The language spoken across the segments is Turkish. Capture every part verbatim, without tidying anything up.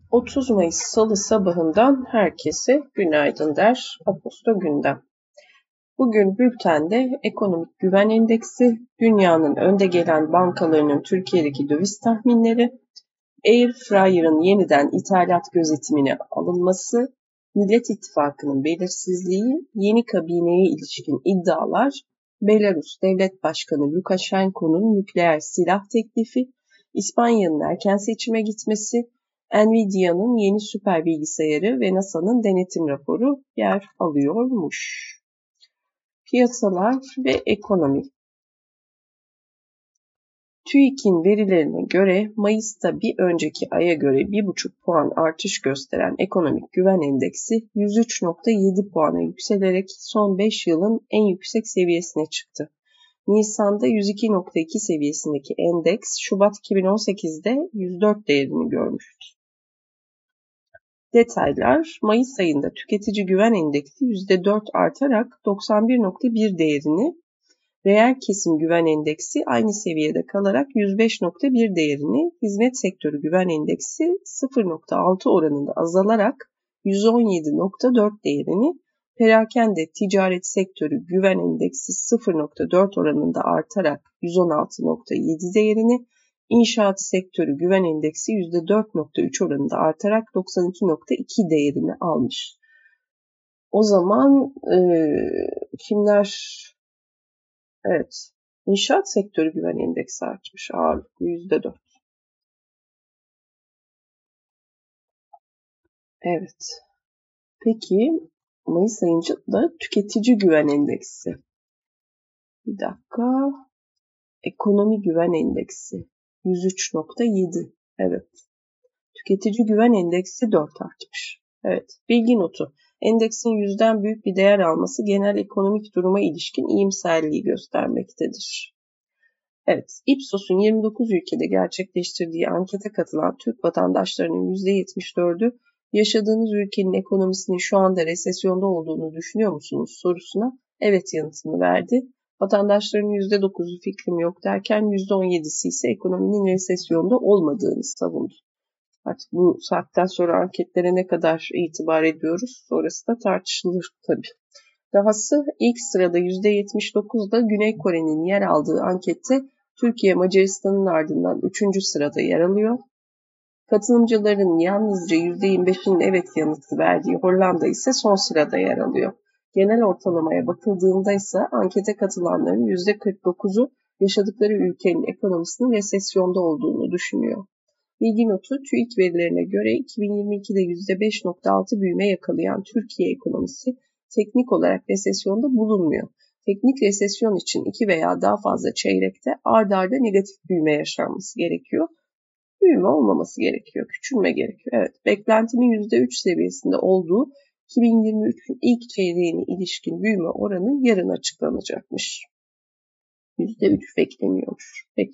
otuz Mayıs Salı sabahından herkese günaydın der Aposto Gündem. Bugün bültende ekonomik güven endeksi, dünyanın önde gelen bankalarının Türkiye'deki döviz tahminleri, Air Fryer'ın yeniden ithalat gözetimine alınması, Millet İttifakı'nın belirsizliği, yeni kabineye ilişkin iddialar, Belarus Devlet Başkanı Lukashenko'nun nükleer silah teklifi, İspanya'nın erken seçime gitmesi, Nvidia'nın yeni süper bilgisayarı ve NASA'nın denetim raporu yer alıyormuş. Piyasalar ve ekonomi. TÜİK'in verilerine göre Mayıs'ta bir önceki aya göre bir buçuk puan artış gösteren ekonomik güven endeksi yüz üç virgül yedi puana yükselerek son beş yılın en yüksek seviyesine çıktı. Nisan'da yüz iki virgül iki seviyesindeki endeks Şubat iki bin on sekizde yüz dört değerini görmüştü. Detaylar: Mayıs ayında tüketici güven endeksi yüzde dört artarak doksan bir virgül bir değerini, reel kesim güven endeksi aynı seviyede kalarak yüz beş virgül bir değerini, hizmet sektörü güven endeksi sıfır virgül altı oranında azalarak yüz on yedi virgül dört değerini, perakende ticaret sektörü güven endeksi sıfır virgül dört oranında artarak yüz on altı virgül yedi değerini, İnşaat sektörü güven endeksi yüzde dört virgül üç oranında artarak doksan iki virgül iki değerini almış. O zaman e, kimler? Evet, inşaat sektörü güven endeksi artmış ağırlıklı yüzde dört. Evet. Peki Mayıs ayında tüketici güven endeksi. Bir dakika. Ekonomi güven endeksi yüz üç virgül yedi. Evet. Tüketici güven endeksi dört artmış. Evet. Bilgi notu. Endeksin yüzden büyük bir değer alması genel ekonomik duruma ilişkin iyimserliği göstermektedir. Evet, Ipsos'un yirmi dokuz ülkede gerçekleştirdiği ankete katılan Türk vatandaşlarının yüzde yetmiş dördü yaşadığınız ülkenin ekonomisinin şu anda resesyonda olduğunu düşünüyor musunuz sorusuna evet yanıtını verdi. Vatandaşların yüzde dokuzu fikrim yok derken yüzde on yedisi ise ekonominin resesyonda olmadığını savundu. Artık bu saatten sonra anketlere ne kadar itibar ediyoruz sonrası da tartışılır tabii. Dahası ilk sırada yüzde yetmiş dokuzda Güney Kore'nin yer aldığı ankette Türkiye Macaristan'ın ardından üçüncü sırada yer alıyor. Katılımcıların yalnızca yüzde yirmi beşinin evet yanıtı verdiği Hollanda ise son sırada yer alıyor. Genel ortalamaya bakıldığında ise ankete katılanların yüzde kırk dokuzu yaşadıkları ülkenin ekonomisinin resesyonda olduğunu düşünüyor. Bilgi notu: TÜİK verilerine göre iki bin yirmi ikide yüzde beş virgül altı büyüme yakalayan Türkiye ekonomisi teknik olarak resesyonda bulunmuyor. Teknik resesyon için iki veya daha fazla çeyrekte ard arda negatif büyüme yaşanması gerekiyor. Büyüme olmaması gerekiyor, küçülme gerekiyor. Evet, beklentinin yüzde üç seviyesinde olduğu iki bin yirmi üçün ilk çeyreğine ilişkin büyüme oranı yarın açıklanacakmış. yüzde üç bekleniyormuş. Peki.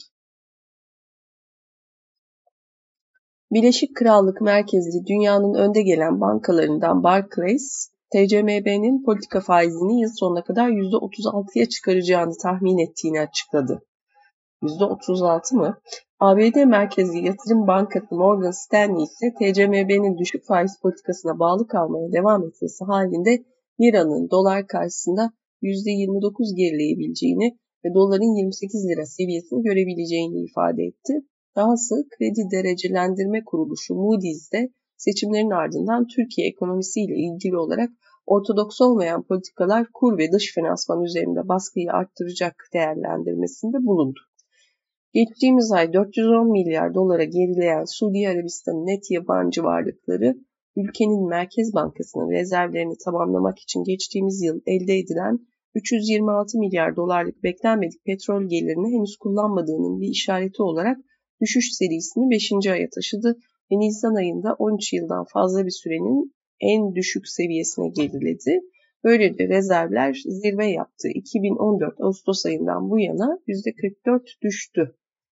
Birleşik Krallık merkezli dünyanın önde gelen bankalarından Barclays, T C M B'nin politika faizini yıl sonuna kadar yüzde otuz altıya çıkaracağını tahmin ettiğini açıkladı. yüzde otuz altı mı? A B D merkezli yatırım bankası Morgan Stanley ise T C M B'nin düşük faiz politikasına bağlı kalmaya devam etmesi halinde liranın dolar karşısında yüzde yirmi dokuz gerileyebileceğini ve doların yirmi sekiz lira seviyesini görebileceğini ifade etti. Dahası kredi derecelendirme kuruluşu Moody's de seçimlerin ardından Türkiye ekonomisiyle ilgili olarak ortodoks olmayan politikalar kur ve dış finansman üzerinde baskıyı arttıracak değerlendirmesinde bulundu. Geçtiğimiz ay dört yüz on milyar dolara gerileyen Suudi Arabistan'ın net yabancı varlıkları, ülkenin Merkez Bankası'nın rezervlerini tamamlamak için geçtiğimiz yıl elde edilen üç yüz yirmi altı milyar dolarlık beklenmedik petrol gelirini henüz kullanmadığının bir işareti olarak düşüş serisini beşinci aya taşıdı ve Nisan ayında on üç yıldan fazla bir sürenin en düşük seviyesine geriledi. Böylece rezervler zirve yaptı. iki bin on dört Ağustos ayından bu yana yüzde kırk dört düştü.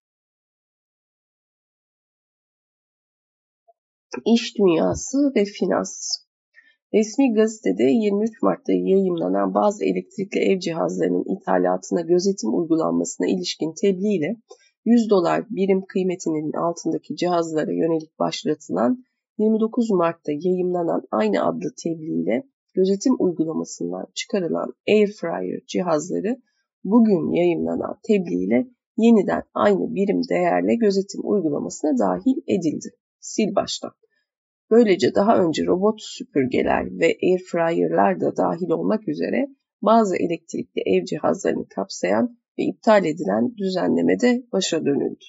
İş dünyası ve finans. Resmi gazetede yirmi üç Mart'ta yayımlanan bazı elektrikli ev cihazlarının ithalatına gözetim uygulanmasına ilişkin tebliğ ile yüz dolar birim kıymetinin altındaki cihazlara yönelik başlatılan yirmi dokuz Mart'ta yayımlanan aynı adlı tebliğ gözetim uygulamasından çıkarılan Airfryer cihazları bugün yayımlanan tebliğ ile yeniden aynı birim değerle gözetim uygulamasına dahil edildi. Sil baştan. Böylece daha önce robot süpürgeler ve airfryer'lar da dahil olmak üzere bazı elektrikli ev cihazlarını kapsayan ve iptal edilen düzenlemede başa dönüldü.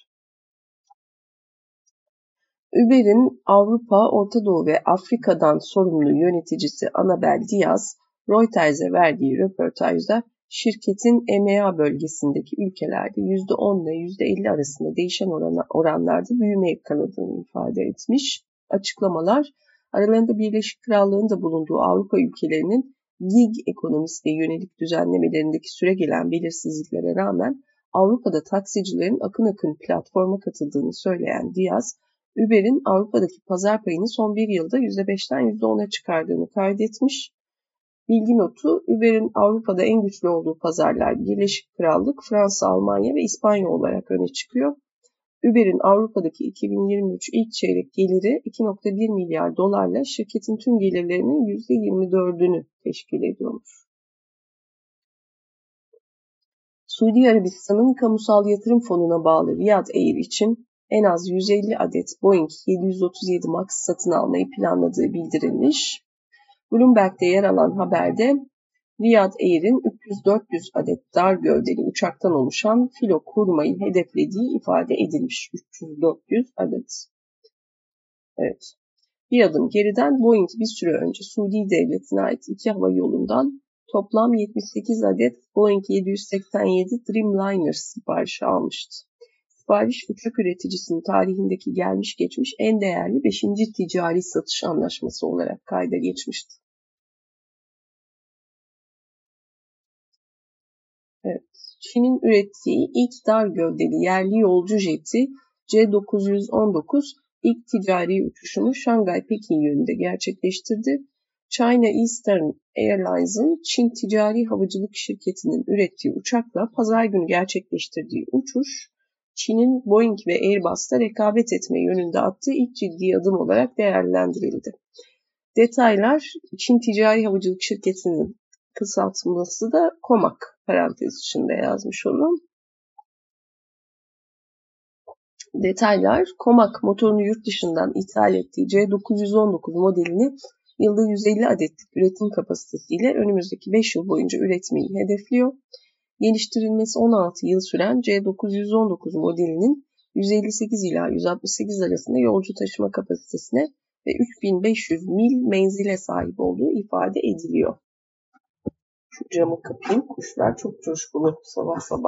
Uber'in Avrupa, Orta Doğu ve Afrika'dan sorumlu yöneticisi Annabel Diaz, Reuters'e verdiği röportajda şirketin E M E A bölgesindeki ülkelerde yüzde on ile yüzde elli arasında değişen orana, oranlarda büyüme yakaladığını ifade etmiş. Açıklamalar, aralarında Birleşik Krallığın da bulunduğu Avrupa ülkelerinin gig ekonomisine yönelik düzenlemelerindeki süregelen belirsizliklere rağmen Avrupa'da taksicilerin akın akın platforma katıldığını söyleyen Diaz, Uber'in Avrupa'daki pazar payını son bir yılda yüzde beşten yüzde ona çıkardığını kaydetmiş. Bilgi notu, Uber'in Avrupa'da en güçlü olduğu pazarlar Birleşik Krallık, Fransa, Almanya ve İspanya olarak öne çıkıyor. Uber'in Avrupa'daki iki bin yirmi üç ilk çeyrek geliri iki virgül bir milyar dolarla şirketin tüm gelirlerinin yüzde yirmi dördünü teşkil ediyormuş. Suudi Arabistan'ın kamusal yatırım fonuna bağlı Riyad Air için en az yüz elli adet Boeing yedi yüz otuz yedi Max satın almayı planladığı bildirilmiş. Bloomberg'de yer alan haberde Riyad Air'in üç yüz dört yüz adet dar gövdeli uçaktan oluşan filo kurmayı hedeflediği ifade edilmiş. üç yüz dört yüz adet. Evet. Bir adım geriden Boeing bir süre önce Suudi Devleti'ne ait iki hava yolundan toplam yetmiş sekiz adet Boeing yedi yüz seksen yedi Dreamliner siparişi almıştı. Sipariş uçak üreticisinin tarihindeki gelmiş geçmiş en değerli beşinci ticari satış anlaşması olarak kayda geçmişti. Evet. Çin'in ürettiği ilk dar gövdeli yerli yolcu jeti C dokuz yüz on dokuz ilk ticari uçuşunu Şangay-Pekin yönünde gerçekleştirdi. China Eastern Airlines'ın Çin Ticari Havacılık Şirketi'nin ürettiği uçakla pazar günü gerçekleştirdiği uçuş, Çin'in Boeing ve Airbus'ta rekabet etme yönünde attığı ilk ciddi adım olarak değerlendirildi. Detaylar Çin Ticari Havacılık Şirketi'nin kısaltması da COMAC parantez içinde yazmış olun. Detaylar COMAC motorunu yurt dışından ithal ettiği C dokuz yüz on dokuz modelini yılda yüz elli adetlik üretim kapasitesiyle önümüzdeki beş yıl boyunca üretmeyi hedefliyor. Geliştirilmesi on altı yıl süren C dokuz yüz on dokuz modelinin yüz elli sekiz ila yüz altmış sekiz arasında yolcu taşıma kapasitesine ve üç bin beş yüz mil menzile sahip olduğu ifade ediliyor. Şu camı kapayım. Kuşlar çok coşkulu sabah sabah.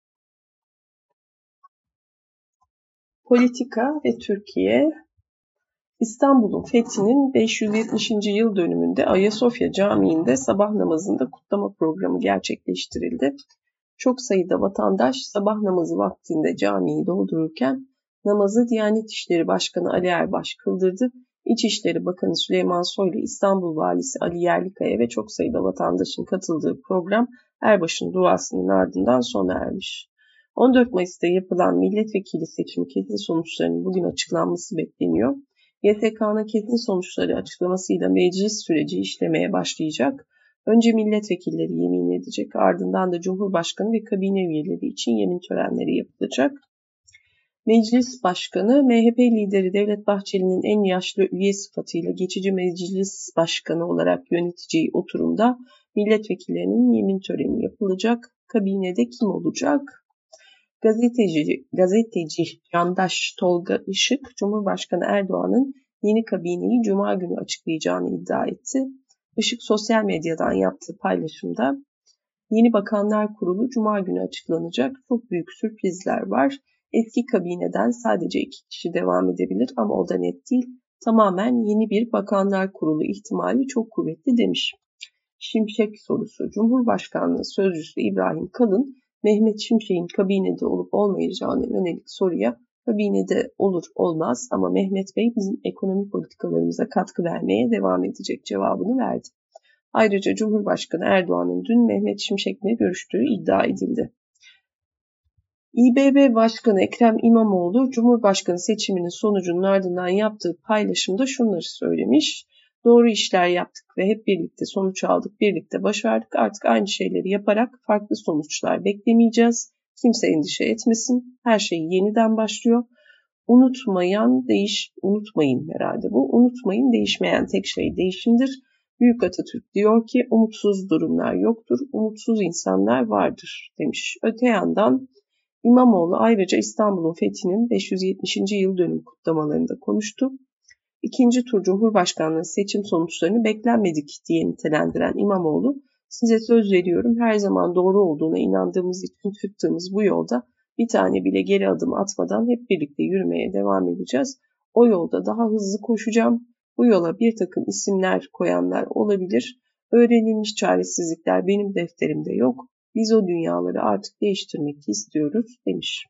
Politika ve Türkiye. İstanbul'un fethinin beş yüz yetmişinci yıl dönümünde Ayasofya Camii'nde sabah namazında kutlama programı gerçekleştirildi. Çok sayıda vatandaş sabah namazı vaktinde camiyi doldururken namazı Diyanet İşleri Başkanı Ali Erbaş kıldırdı. İçişleri Bakanı Süleyman Soylu, İstanbul Valisi Ali Yerlikaya ve çok sayıda vatandaşın katıldığı program Erbaş'ın duasının ardından sona ermiş. on dört Mayıs'ta yapılan milletvekili seçimi kesin sonuçlarının bugün açıklanması bekleniyor. Y S K'nın kesin sonuçları açıklamasıyla meclis süreci işlemeye başlayacak. Önce milletvekilleri yemin edecek, ardından da Cumhurbaşkanı ve kabine üyeleri için yemin törenleri yapılacak. Meclis Başkanı, M H P lideri Devlet Bahçeli'nin en yaşlı üye sıfatıyla geçici meclis başkanı olarak yöneteceği oturumda milletvekillerinin yemin töreni yapılacak. Kabinede kim olacak? Gazeteci, gazeteci Candaş Tolga Işık, Cumhurbaşkanı Erdoğan'ın yeni kabineyi Cuma günü açıklayacağını iddia etti. Işık sosyal medyadan yaptığı paylaşımda yeni Bakanlar Kurulu Cuma günü açıklanacak. Çok büyük sürprizler var. Eski kabineden sadece iki kişi devam edebilir ama o da net değil. Tamamen yeni bir Bakanlar Kurulu ihtimali çok kuvvetli demiş. Şimşek sorusu. Cumhurbaşkanlığı Sözcüsü İbrahim Kalın, Mehmet Şimşek'in kabinede olup olmayacağına yönelik soruya kabinede olur olmaz ama Mehmet Bey bizim ekonomi politikalarımıza katkı vermeye devam edecek cevabını verdi. Ayrıca Cumhurbaşkanı Erdoğan'ın dün Mehmet Şimşek'le görüştüğü iddia edildi. İBB Başkanı Ekrem İmamoğlu, Cumhurbaşkanı seçiminin sonucunun ardından yaptığı paylaşımda şunları söylemiş. Doğru işler yaptık ve hep birlikte sonuç aldık, birlikte başardık. Artık aynı şeyleri yaparak farklı sonuçlar beklemeyeceğiz. Kimse endişe etmesin. Her şey yeniden başlıyor. Unutmayan değiş, unutmayın herhalde bu. Unutmayın, değişmeyen tek şey değişimdir. Büyük Atatürk diyor ki umutsuz durumlar yoktur, umutsuz insanlar vardır demiş. Öte yandan İmamoğlu ayrıca İstanbul'un fethinin beş yüz yetmişinci yıl dönüm kutlamalarında konuştu. İkinci tur Cumhurbaşkanlığı seçim sonuçlarını beklenmedik diye nitelendiren İmamoğlu, size söz veriyorum her zaman doğru olduğuna inandığımız için çıktığımız bu yolda bir tane bile geri adım atmadan hep birlikte yürümeye devam edeceğiz. O yolda daha hızlı koşacağım. Bu yola bir takım isimler koyanlar olabilir. Öğrenilmiş çaresizlikler benim defterimde yok. Biz o dünyaları artık değiştirmek istiyoruz demiş.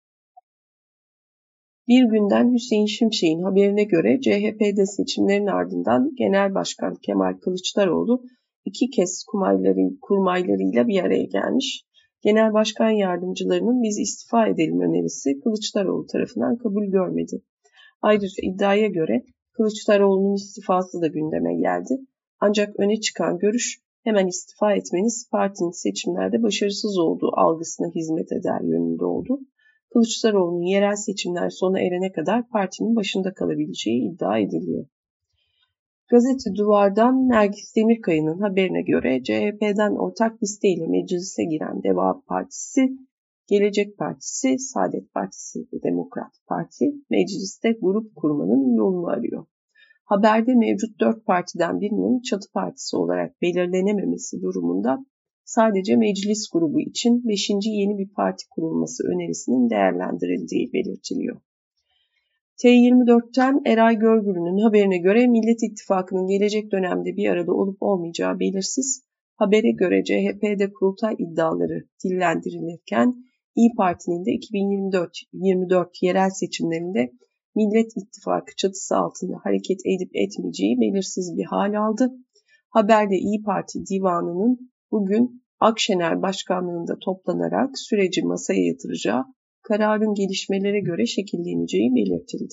Bir günden Hüseyin Şimşek'in haberine göre C H P'de seçimlerin ardından Genel Başkan Kemal Kılıçdaroğlu iki kez kurmayları, kurmaylarıyla bir araya gelmiş. Genel Başkan yardımcılarının biz istifa edelim önerisi Kılıçdaroğlu tarafından kabul görmedi. Ayrıca iddiaya göre Kılıçdaroğlu'nun istifası da gündeme geldi. Ancak öne çıkan görüş hemen istifa etmeniz partinin seçimlerde başarısız olduğu algısına hizmet eder yönünde oldu. Kılıçdaroğlu'nun yerel seçimler sona erene kadar partinin başında kalabileceği iddia ediliyor. Gazete Duvar'dan Nergis Demirkaya'nın haberine göre C H P'den ortak listeyle meclise giren Deva Partisi, Gelecek Partisi, Saadet Partisi ve Demokrat Parti mecliste grup kurmanın yolunu arıyor. Haberde mevcut dört partiden birinin çatı partisi olarak belirlenememesi durumunda sadece meclis grubu için beşinci yeni bir parti kurulması önerisinin değerlendirildiği belirtiliyor. T yirmi dört'ten Eray Görgül'ün haberine göre Millet İttifakı'nın gelecek dönemde bir arada olup olmayacağı belirsiz. Habere göre C H P'de kurultay iddiaları dillendirilirken İYİ Parti'nin de iki bin yirmi dört yirmi dört yerel seçimlerinde Millet İttifakı çatısı altında hareket edip etmeyeceği belirsiz bir hal aldı. Haberde İYİ Parti divanının bugün Akşener başkanlığında toplanarak süreci masaya yatıracağı, kararın gelişmelere göre şekilleneceği belirtildi.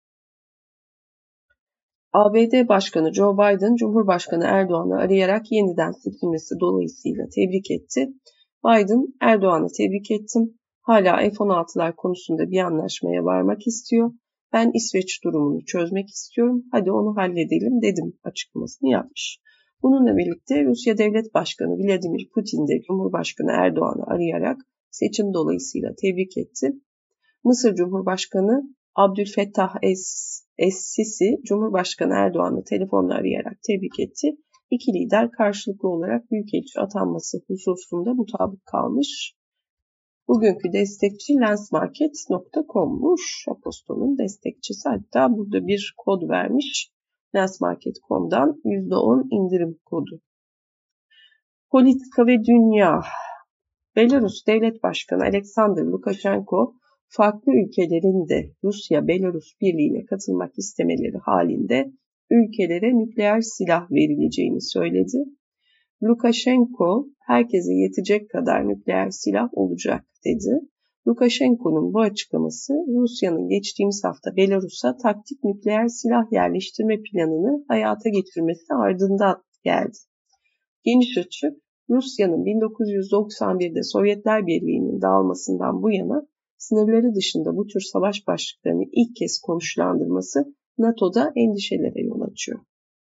A B D Başkanı Joe Biden, Cumhurbaşkanı Erdoğan'ı arayarak yeniden seçilmesi dolayısıyla tebrik etti. Biden, Erdoğan'ı tebrik ettim. Hala F on altılar konusunda bir anlaşmaya varmak istiyor. Ben İsveç durumunu çözmek istiyorum. Hadi onu halledelim dedim açıklamasını yapmış. Bununla birlikte Rusya Devlet Başkanı Vladimir Putin de Cumhurbaşkanı Erdoğan'ı arayarak seçim dolayısıyla tebrik etti. Mısır Cumhurbaşkanı Abdülfettah Es-Sisi, Cumhurbaşkanı Erdoğan'ı telefonla arayarak tebrik etti. İki lider karşılıklı olarak büyükelçi atanması hususunda mutabık kalmış. Bugünkü destekçi lensmarket nokta com'muş. Apostol'un destekçisi. Hatta burada bir kod vermiş. lensmarket nokta com'dan yüzde on indirim kodu. Politika ve dünya. Belarus Devlet Başkanı Alexander Lukashenko, farklı ülkelerin de Rusya-Belarus birliğine katılmak istemeleri halinde ülkelere nükleer silah verileceğini söyledi. Lukashenko, herkese yetecek kadar nükleer silah olacak dedi. Lukashenko'nun bu açıklaması Rusya'nın geçtiğimiz hafta Belarus'a taktik nükleer silah yerleştirme planını hayata geçirmesi ardından geldi. Geniş açı, Rusya'nın bin dokuz yüz doksan bir'de Sovyetler Birliği'nin dağılmasından bu yana sınırları dışında bu tür savaş başlıklarını ilk kez konuşlandırması NATO'da endişelere yol açıyor.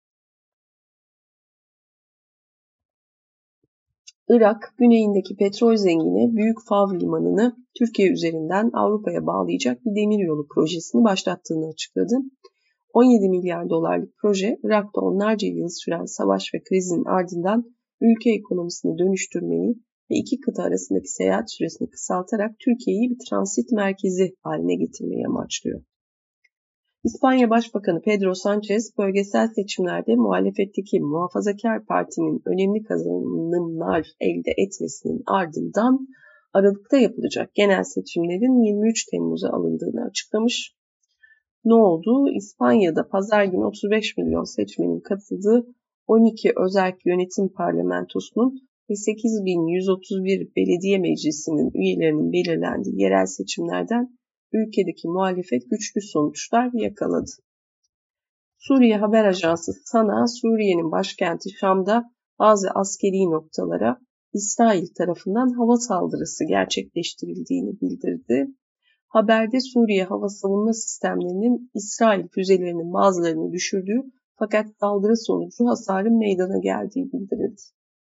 Irak, güneyindeki petrol zengini Büyük Fav Limanı'nı Türkiye üzerinden Avrupa'ya bağlayacak bir demiryolu projesini başlattığını açıkladı. on yedi milyar dolarlık proje, Irak'ta onlarca yıl süren savaş ve krizin ardından ülke ekonomisini dönüştürmeyi ve iki kıta arasındaki seyahat süresini kısaltarak Türkiye'yi bir transit merkezi haline getirmeyi amaçlıyor. İspanya Başbakanı Pedro Sánchez, bölgesel seçimlerde muhalefetteki Muhafazakar Parti'nin önemli kazanımlar elde etmesinin ardından Aralık'ta yapılacak genel seçimlerin yirmi üç Temmuz'a alındığını açıklamış. Ne oldu? İspanya'da pazar günü otuz beş milyon seçmenin katıldığı on iki özerk yönetim parlamentosunun ve sekiz bin yüz otuz bir belediye meclisinin üyelerinin belirlendiği yerel seçimlerden ülkedeki muhalefet güçlü sonuçlar yakaladı. Suriye Haber Ajansı SANA, Suriye'nin başkenti Şam'da bazı askeri noktalara İsrail tarafından hava saldırısı gerçekleştirildiğini bildirdi. Haberde Suriye hava savunma sistemlerinin İsrail füzelerinin bazılarını düşürdüğü fakat saldırı sonucu hasarın meydana geldiği bildirildi.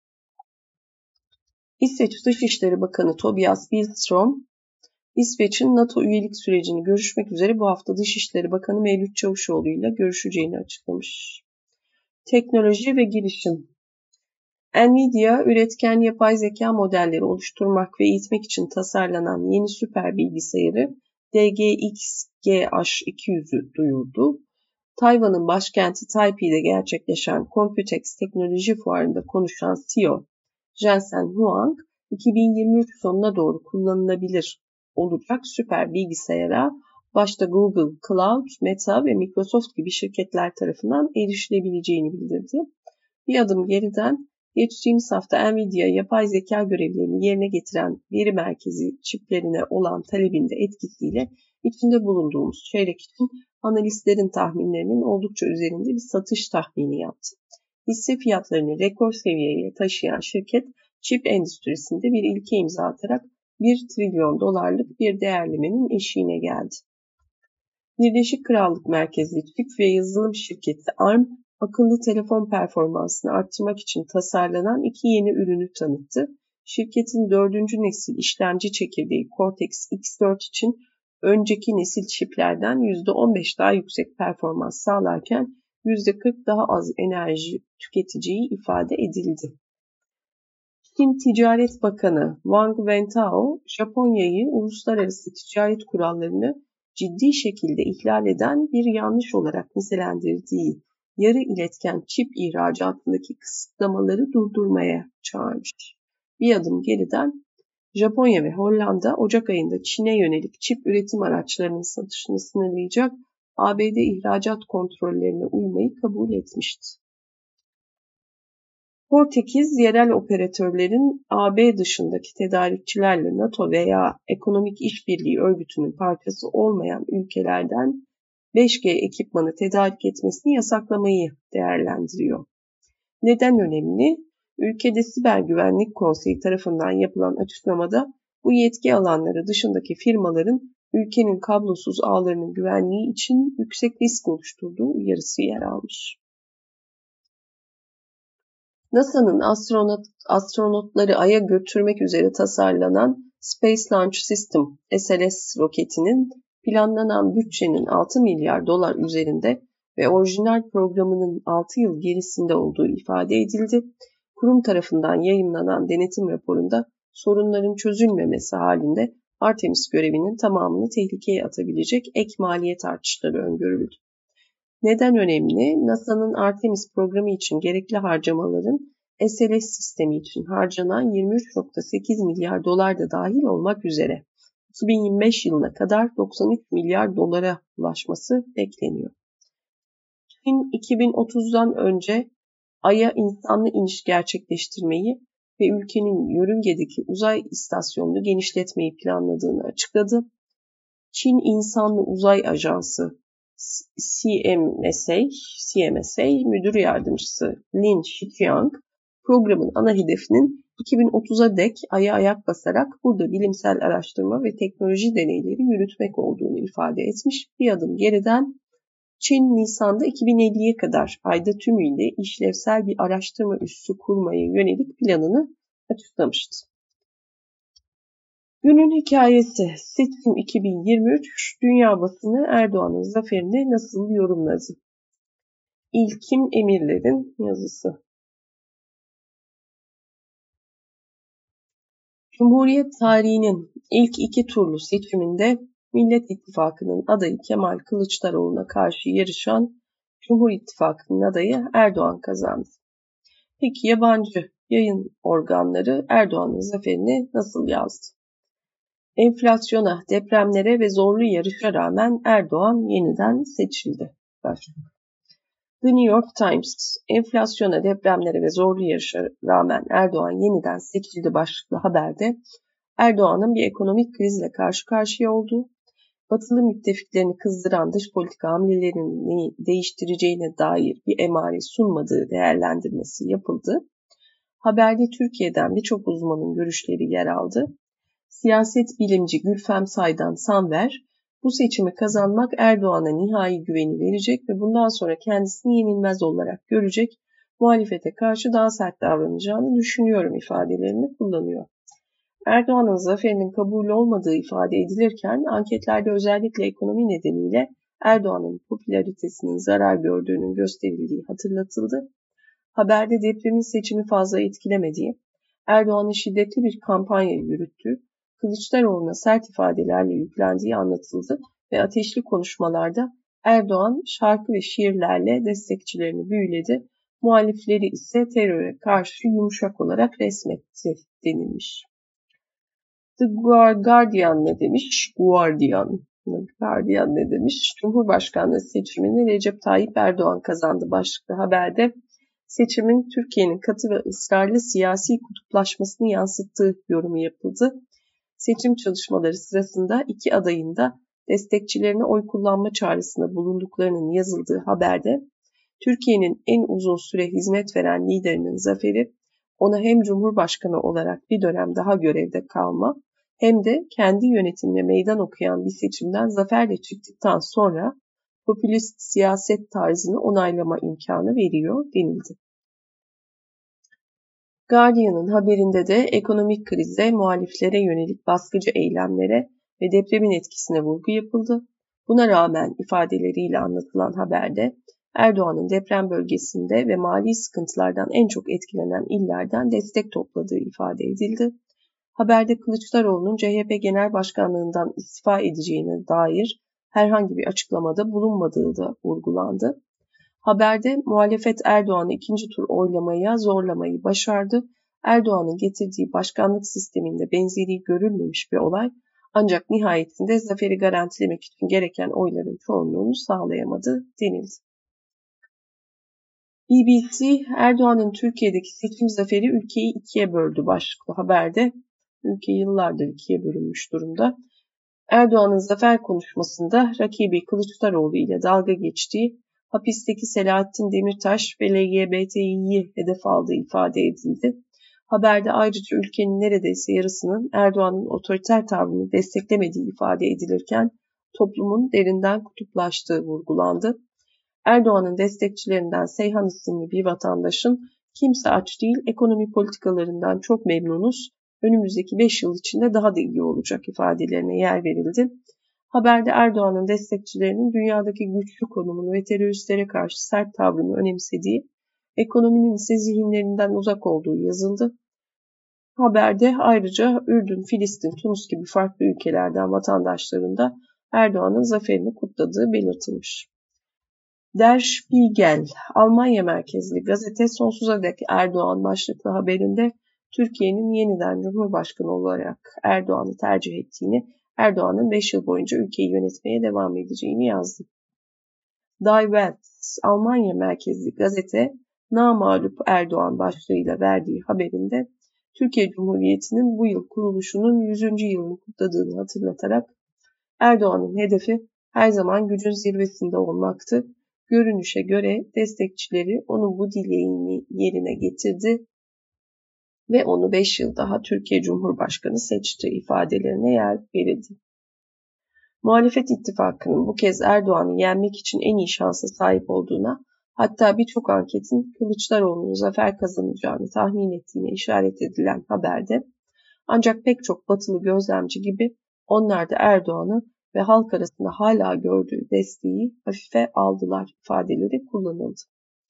İsveç Dışişleri Bakanı Tobias Billström, İsveç'in NATO üyelik sürecini görüşmek üzere bu hafta Dışişleri Bakanı Mevlüt Çavuşoğlu ile görüşeceğini açıklamış. Teknoloji ve girişim. Nvidia, üretken yapay zeka modelleri oluşturmak ve eğitmek için tasarlanan yeni süper bilgisayarı D G X G H iki yüz'ü duyurdu. Tayvan'ın başkenti Taipei'de gerçekleşen Computex Teknoloji Fuarı'nda konuşan C E O Jensen Huang, iki bin yirmi üç sonuna doğru kullanılabilir olacak süper bilgisayara başta Google, Cloud, Meta ve Microsoft gibi şirketler tarafından erişilebileceğini bildirdi. Bir adım geriden geçtiğimiz hafta Nvidia yapay zeka görevlerini yerine getiren veri merkezi çiplerine olan talebin de etkisiyle içinde bulunduğumuz çeyrek için analistlerin tahminlerinin oldukça üzerinde bir satış tahmini yaptı. Hisse fiyatlarını rekor seviyeye taşıyan şirket, çip endüstrisinde bir ilke imza atarak bir trilyon dolarlık bir değerlemenin eşiğine geldi. Birleşik Krallık merkezli çip ve yazılım şirketi A R M, akıllı telefon performansını arttırmak için tasarlanan iki yeni ürünü tanıttı. Şirketin dördüncü nesil işlemci çekirdeği Cortex X dört için önceki nesil çiplerden yüzde on beş daha yüksek performans sağlarken yüzde kırk daha az enerji tüketeceği ifade edildi. Çin Ticaret Bakanı Wang Wentao, Japonya'yı uluslararası ticaret kurallarını ciddi şekilde ihlal eden bir yanlış olarak nitelendirdiği yarı iletken çip ihracatındaki kısıtlamaları durdurmaya çağırmış. Bir adım geriden Japonya ve Hollanda Ocak ayında Çin'e yönelik çip üretim araçlarının satışını sınırlayacak A B D ihracat kontrollerine uymayı kabul etmişti. Portekiz, yerel operatörlerin A B dışındaki tedarikçilerle NATO veya Ekonomik İşbirliği Örgütü'nün parçası olmayan ülkelerden beş G ekipmanı tedarik etmesini yasaklamayı değerlendiriyor. Neden önemli? Ülkede Siber Güvenlik Konseyi tarafından yapılan açıklamada bu yetki alanları dışındaki firmaların ülkenin kablosuz ağlarının güvenliği için yüksek risk oluşturduğu uyarısı yer almış. NASA'nın astronot, astronotları Ay'a götürmek üzere tasarlanan Space Launch System S L S roketinin planlanan bütçenin altı milyar dolar üzerinde ve orijinal programının altı yıl gerisinde olduğu ifade edildi. Kurum tarafından yayımlanan denetim raporunda sorunların çözülmemesi halinde Artemis görevinin tamamını tehlikeye atabilecek ek maliyet artışları öngörüldü. Neden önemli? NASA'nın Artemis programı için gerekli harcamaların S L S sistemi için harcanan yirmi üç virgül sekiz milyar dolar da dahil olmak üzere iki bin yirmi beş yılına kadar doksan üç milyar dolara ulaşması bekleniyor. Çin iki bin otuzdan önce Ay'a insanlı iniş gerçekleştirmeyi ve ülkenin yörüngedeki uzay istasyonunu genişletmeyi planladığını açıkladı. Çin İnsanlı Uzay Ajansı C M S A, C M S A Müdür Yardımcısı Lin Shiqiang, programın ana hedefinin iki bin otuza dek Ay'a ayak basarak burada bilimsel araştırma ve teknoloji deneyleri yürütmek olduğunu ifade etmiş. Bir adım geriden Çin Nisan'da iki bin elliye kadar Ay'da tümüyle işlevsel bir araştırma üssü kurmaya yönelik planını açıklamıştı. Günün hikayesi seçim iki bin yirmi üç dünya basını Erdoğan'ın zaferini nasıl yorumladı? İlkim Emirler'in yazısı. Cumhuriyet tarihinin ilk iki turlu seçiminde Millet İttifakı'nın adayı Kemal Kılıçdaroğlu'na karşı yarışan Cumhur İttifakı'nın adayı Erdoğan kazandı. Peki yabancı yayın organları Erdoğan'ın zaferini nasıl yazdı? Enflasyona, depremlere ve zorlu yarışa rağmen Erdoğan yeniden seçildi. Başlık. The New York Times, enflasyona, depremlere ve zorlu yarışa rağmen Erdoğan yeniden seçildi başlıklı haberde Erdoğan'ın bir ekonomik krizle karşı karşıya olduğu, Batılı müttefiklerini kızdıran dış politika hamlelerini değiştireceğine dair bir emare sunmadığı değerlendirmesi yapıldı. Haberde Türkiye'den birçok uzmanın görüşleri yer aldı. Siyaset bilimci Gülfem Saydan Sanver, bu seçimi kazanmak Erdoğan'a nihai güveni verecek ve bundan sonra kendisini yenilmez olarak görecek, muhalefete karşı daha sert davranacağını düşünüyorum ifadelerini kullanıyor. Erdoğan'ın zaferinin kabul olmadığı ifade edilirken anketlerde özellikle ekonomi nedeniyle Erdoğan'ın popülaritesinin zarar gördüğünün gösterildiği hatırlatıldı. Haberde depremin seçimi fazla etkilemediği, Erdoğan'ın şiddetli bir kampanya yürüttüğü, Kılıçdaroğlu'na sert ifadelerle yüklendiği anlatıldı ve ateşli konuşmalarda Erdoğan şarkı ve şiirlerle destekçilerini büyüledi, muhalifleri ise teröre karşı yumuşak olarak resmetti denilmiş. The Guardian ne demiş? Guardian. Guardian ne demiş? Cumhurbaşkanlığı seçimini Recep Tayyip Erdoğan kazandı başlıklı haberde seçimin Türkiye'nin katı ve ısrarlı siyasi kutuplaşmasını yansıttığı yorumu yapıldı. Seçim çalışmaları sırasında iki adayın da destekçilerine oy kullanma çağrısında bulunduklarının yazıldığı haberde Türkiye'nin en uzun süre hizmet veren liderinin zaferi ona hem Cumhurbaşkanı olarak bir dönem daha görevde kalma hem de kendi yönetimine meydan okuyan bir seçimden zaferle çıktıktan sonra popülist siyaset tarzını onaylama imkanı veriyor denildi. Guardian'ın haberinde de ekonomik krize, muhaliflere yönelik baskıcı eylemlere ve depremin etkisine vurgu yapıldı. Buna rağmen ifadeleriyle anlatılan haberde Erdoğan'ın deprem bölgesinde ve mali sıkıntılardan en çok etkilenen illerden destek topladığı ifade edildi. Haberde Kılıçdaroğlu'nun C H P Genel Başkanlığından istifa edeceğine dair herhangi bir açıklamada bulunmadığı da vurgulandı. Haberde muhalefet Erdoğan'ı ikinci tur oylamaya zorlamayı başardı. Erdoğan'ın getirdiği başkanlık sisteminde benzeri görülmemiş bir olay ancak nihayetinde zaferi garantilemek için gereken oyların çoğunluğunu sağlayamadı denildi. B B C, Erdoğan'ın Türkiye'deki seçim zaferi ülkeyi ikiye böldü başlıklı haberde. Ülke yıllardır ikiye bölünmüş durumda. Erdoğan'ın zafer konuşmasında rakibi Kılıçdaroğlu ile dalga geçtiği, hapisteki Selahattin Demirtaş ve L G B T İ'yi hedef aldığı ifade edildi. Haberde ayrıca ülkenin neredeyse yarısının Erdoğan'ın otoriter tavrını desteklemediği ifade edilirken toplumun derinden kutuplaştığı vurgulandı. Erdoğan'ın destekçilerinden Seyhan isimli bir vatandaşın kimse aç değil, ekonomi politikalarından çok memnunuz, önümüzdeki beş yıl içinde daha da iyi olacak ifadelerine yer verildi. Haberde Erdoğan'ın destekçilerinin dünyadaki güçlü konumunu ve teröristlere karşı sert tavrını önemsediği, ekonominin ise zihinlerinden uzak olduğu yazıldı. Haberde ayrıca Ürdün, Filistin, Tunus gibi farklı ülkelerden vatandaşların da Erdoğan'ın zaferini kutladığı belirtilmiş. Der Spiegel, Almanya merkezli gazete sonsuza dek Erdoğan başlıklı haberinde Türkiye'nin yeniden Cumhurbaşkanı olarak Erdoğan'ı tercih ettiğini, Erdoğan'ın beş yıl boyunca ülkeyi yönetmeye devam edeceğini yazdı. Die Welt, Almanya merkezli gazete Namağlup Erdoğan başlığıyla verdiği haberinde Türkiye Cumhuriyeti'nin bu yıl kuruluşunun yüzüncü yılını kutladığını hatırlatarak Erdoğan'ın hedefi her zaman gücün zirvesinde olmaktı. Görünüşe göre destekçileri onun bu dileğini yerine getirdi ve onu beş yıl daha Türkiye Cumhurbaşkanı seçti ifadelerine yer verildi. Muhalefet ittifakının bu kez Erdoğan'ı yenmek için en iyi şansa sahip olduğuna, hatta birçok anketin Kılıçdaroğlu'nun zafer kazanacağını tahmin ettiğine işaret edilen haberde, ancak pek çok batılı gözlemci gibi onlar da Erdoğan'ı ve halk arasında hala gördüğü desteği hafife aldılar ifadeleri kullanıldı.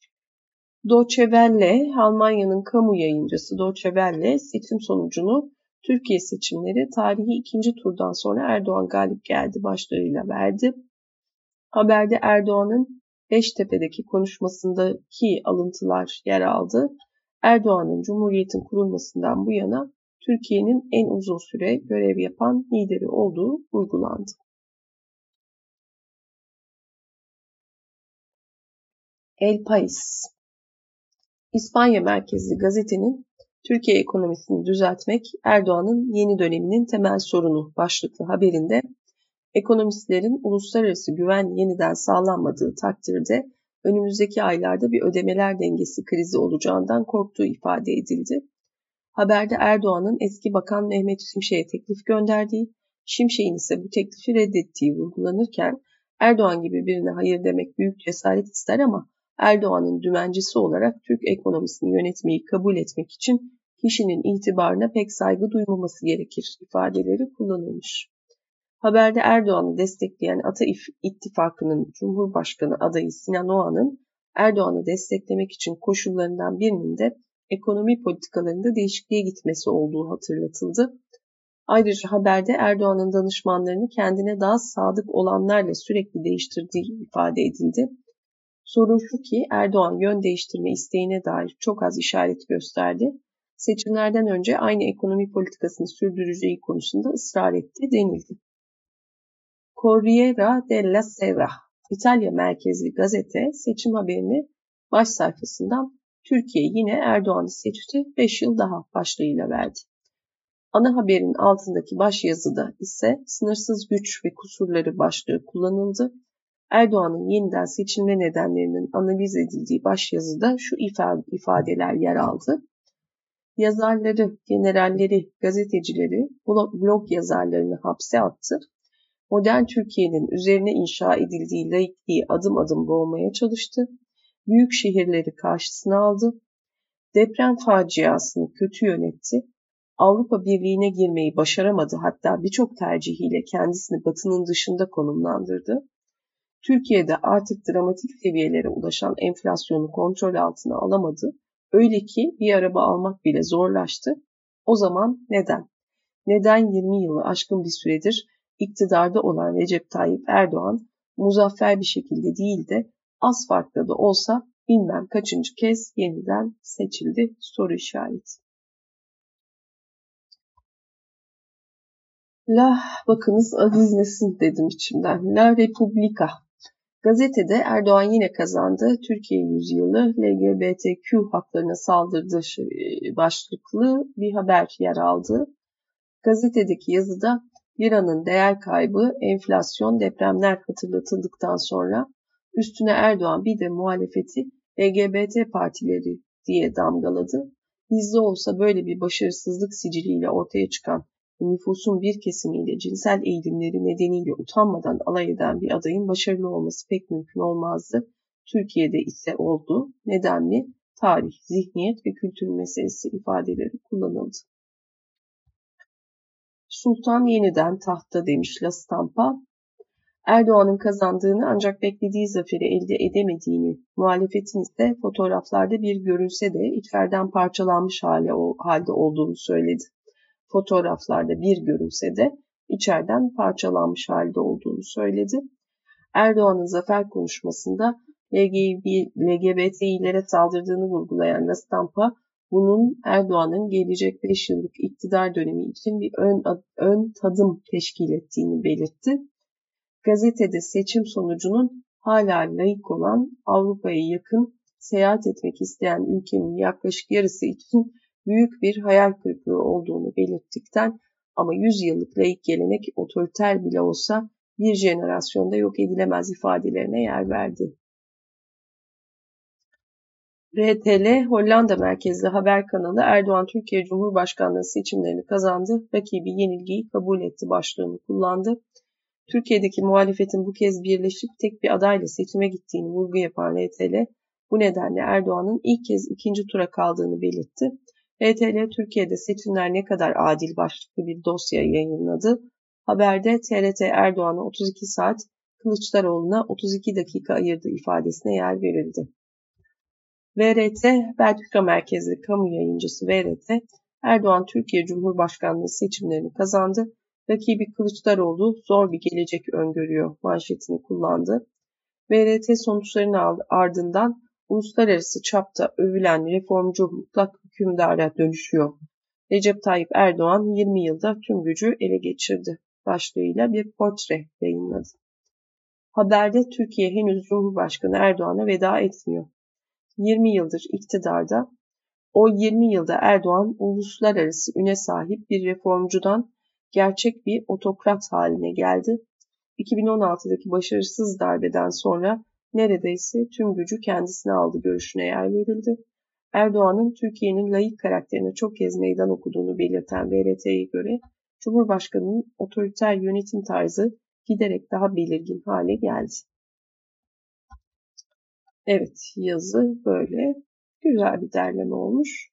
Deutsche Welle, Almanya'nın kamu yayıncısı Deutsche Welle seçim sonucunu Türkiye seçimleri tarihi ikinci turdan sonra Erdoğan galip geldi başlığıyla verdi. Haberde Erdoğan'ın Beştepe'deki konuşmasındaki alıntılar yer aldı. Erdoğan'ın Cumhuriyet'in kurulmasından bu yana Türkiye'nin en uzun süre görev yapan lideri olduğu vurgulandı. El País. İspanya merkezli gazetenin Türkiye ekonomisini düzeltmek Erdoğan'ın yeni döneminin temel sorunu başlıklı haberinde ekonomistlerin uluslararası güven yeniden sağlanmadığı takdirde önümüzdeki aylarda bir ödemeler dengesi krizi olacağından korktuğu ifade edildi. Haberde Erdoğan'ın eski bakan Mehmet Şimşek'e teklif gönderdiği, Şimşek'in ise bu teklifi reddettiği vurgulanırken Erdoğan gibi birine hayır demek büyük cesaret ister ama Erdoğan'ın dümencisi olarak Türk ekonomisini yönetmeyi kabul etmek için kişinin itibarına pek saygı duymaması gerekir ifadeleri kullanılmış. Haberde Erdoğan'ı destekleyen Ata İttifakı'nın Cumhurbaşkanı adayı Sinan Oğan'ın Erdoğan'ı desteklemek için koşullarından birinin de ekonomi politikalarında değişikliğe gitmesi olduğu hatırlatıldı. Ayrıca haberde Erdoğan'ın danışmanlarını kendine daha sadık olanlarla sürekli değiştirdiği ifade edildi. Sorun şu ki Erdoğan yön değiştirme isteğine dair çok az işaret gösterdi. Seçimlerden önce aynı ekonomi politikasını sürdüreceği konusunda ısrar etti denildi. Corriere della Sera, İtalya merkezli gazete seçim haberini baş sayfasından Türkiye yine Erdoğan'ı seçti, beş yıl daha başlığıyla verdi. Ana haberin altındaki başyazıda ise sınırsız güç ve kusurları başlığı kullanıldı. Erdoğan'ın yeniden seçilme nedenlerinin analiz edildiği başyazıda şu ifadeler yer aldı. Yazarları, generalleri, gazetecileri, blog yazarlarını hapse attı. Modern Türkiye'nin üzerine inşa edildiği laikliği adım adım boğmaya çalıştı. Büyük şehirleri karşısına aldı. Deprem faciasını kötü yönetti. Avrupa Birliği'ne girmeyi başaramadı, hatta birçok tercihiyle kendisini Batı'nın dışında konumlandırdı. Türkiye'de artık dramatik seviyelere ulaşan enflasyonu kontrol altına alamadı. Öyle ki bir araba almak bile zorlaştı. O zaman neden? Neden yirmi yılı aşkın bir süredir iktidarda olan Recep Tayyip Erdoğan muzaffer bir şekilde değil de az farklı da olsa bilmem kaçıncı kez yeniden seçildi soru işareti. La bakınız Aziz Nesin dedim içimden. La Repubblica. Gazetede Erdoğan yine kazandı. Türkiye yüzyılı L G B T Q haklarına saldırdı başlıklı bir haber yer aldı. Gazetedeki yazıda liranın değer kaybı, enflasyon, depremler hatırlatıldıktan sonra üstüne Erdoğan bir de muhalefeti L G B T partileri diye damgaladı. Bizde olsa böyle bir başarısızlık siciliyle ortaya çıkan nüfusun bir kesimiyle cinsel eğilimleri nedeniyle utanmadan alay eden bir adayın başarılı olması pek mümkün olmazdı. Türkiye'de ise oldu. Neden mi? Tarih, zihniyet ve kültür meselesi ifadeleri kullanıldı. Sultan yeniden tahtta demiş La Stampa. Erdoğan'ın kazandığını ancak beklediği zaferi elde edemediğini, muhalefetin ise fotoğraflarda bir görünse de içeriden parçalanmış hale, halde olduğunu söyledi. Fotoğraflarda bir görünse de içeriden parçalanmış halde olduğunu söyledi. Erdoğan'ın zafer konuşmasında L G B T'lilere saldırdığını vurgulayan La Stampa, bunun Erdoğan'ın gelecek beş yıllık iktidar dönemi için bir ön, ön tadım teşkil ettiğini belirtti. Gazetede seçim sonucunun hala laik olan, Avrupa'ya yakın seyahat etmek isteyen ülkenin yaklaşık yarısı için büyük bir hayal kırıklığı olduğunu belirttikten ama yüz yıllık laik gelenek otoriter bile olsa bir jenerasyonda yok edilemez ifadelerine yer verdi. R T L Hollanda merkezli haber kanalı Erdoğan Türkiye Cumhurbaşkanlığı seçimlerini kazandı, rakibi yenilgiyi kabul etti başlığını kullandı. Türkiye'deki muhalefetin bu kez birleşip tek bir adayla seçime gittiğini vurgu yapan R T L, bu nedenle Erdoğan'ın ilk kez ikinci tura kaldığını belirtti. R T L, Türkiye'de seçimler ne kadar adil başlıklı bir dosya yayınladı. Haberde T R T Erdoğan'a otuz iki saat, Kılıçdaroğlu'na otuz iki dakika ayırdığı ifadesine yer verildi. V R T, Belçika merkezli kamu yayıncısı V R T, Erdoğan Türkiye Cumhurbaşkanlığı seçimlerini kazandı. Rakibi Kılıçdaroğlu zor bir gelecek öngörüyor manşetini kullandı. V R T sonuçlarının ardından uluslararası çapta övülen reformcu mutlak hükümdara dönüşüyor. Recep Tayyip Erdoğan yirmi yılda tüm gücü ele geçirdi başlığıyla bir portre yayınladı. Haberde Türkiye henüz Cumhurbaşkanı Erdoğan'a veda etmiyor. yirmi yıldır iktidarda, o yirmi yılda Erdoğan uluslararası üne sahip bir reformcudan gerçek bir otokrat haline geldi. iki bin on altıdaki başarısız darbeden sonra neredeyse tüm gücü kendisine aldı görüşüne yer verildi. Erdoğan'ın Türkiye'nin laik karakterine çok kez meydan okuduğunu belirten V R T'ye göre Cumhurbaşkanı'nın otoriter yönetim tarzı giderek daha belirgin hale geldi. Evet, yazı böyle. Güzel bir derleme olmuş.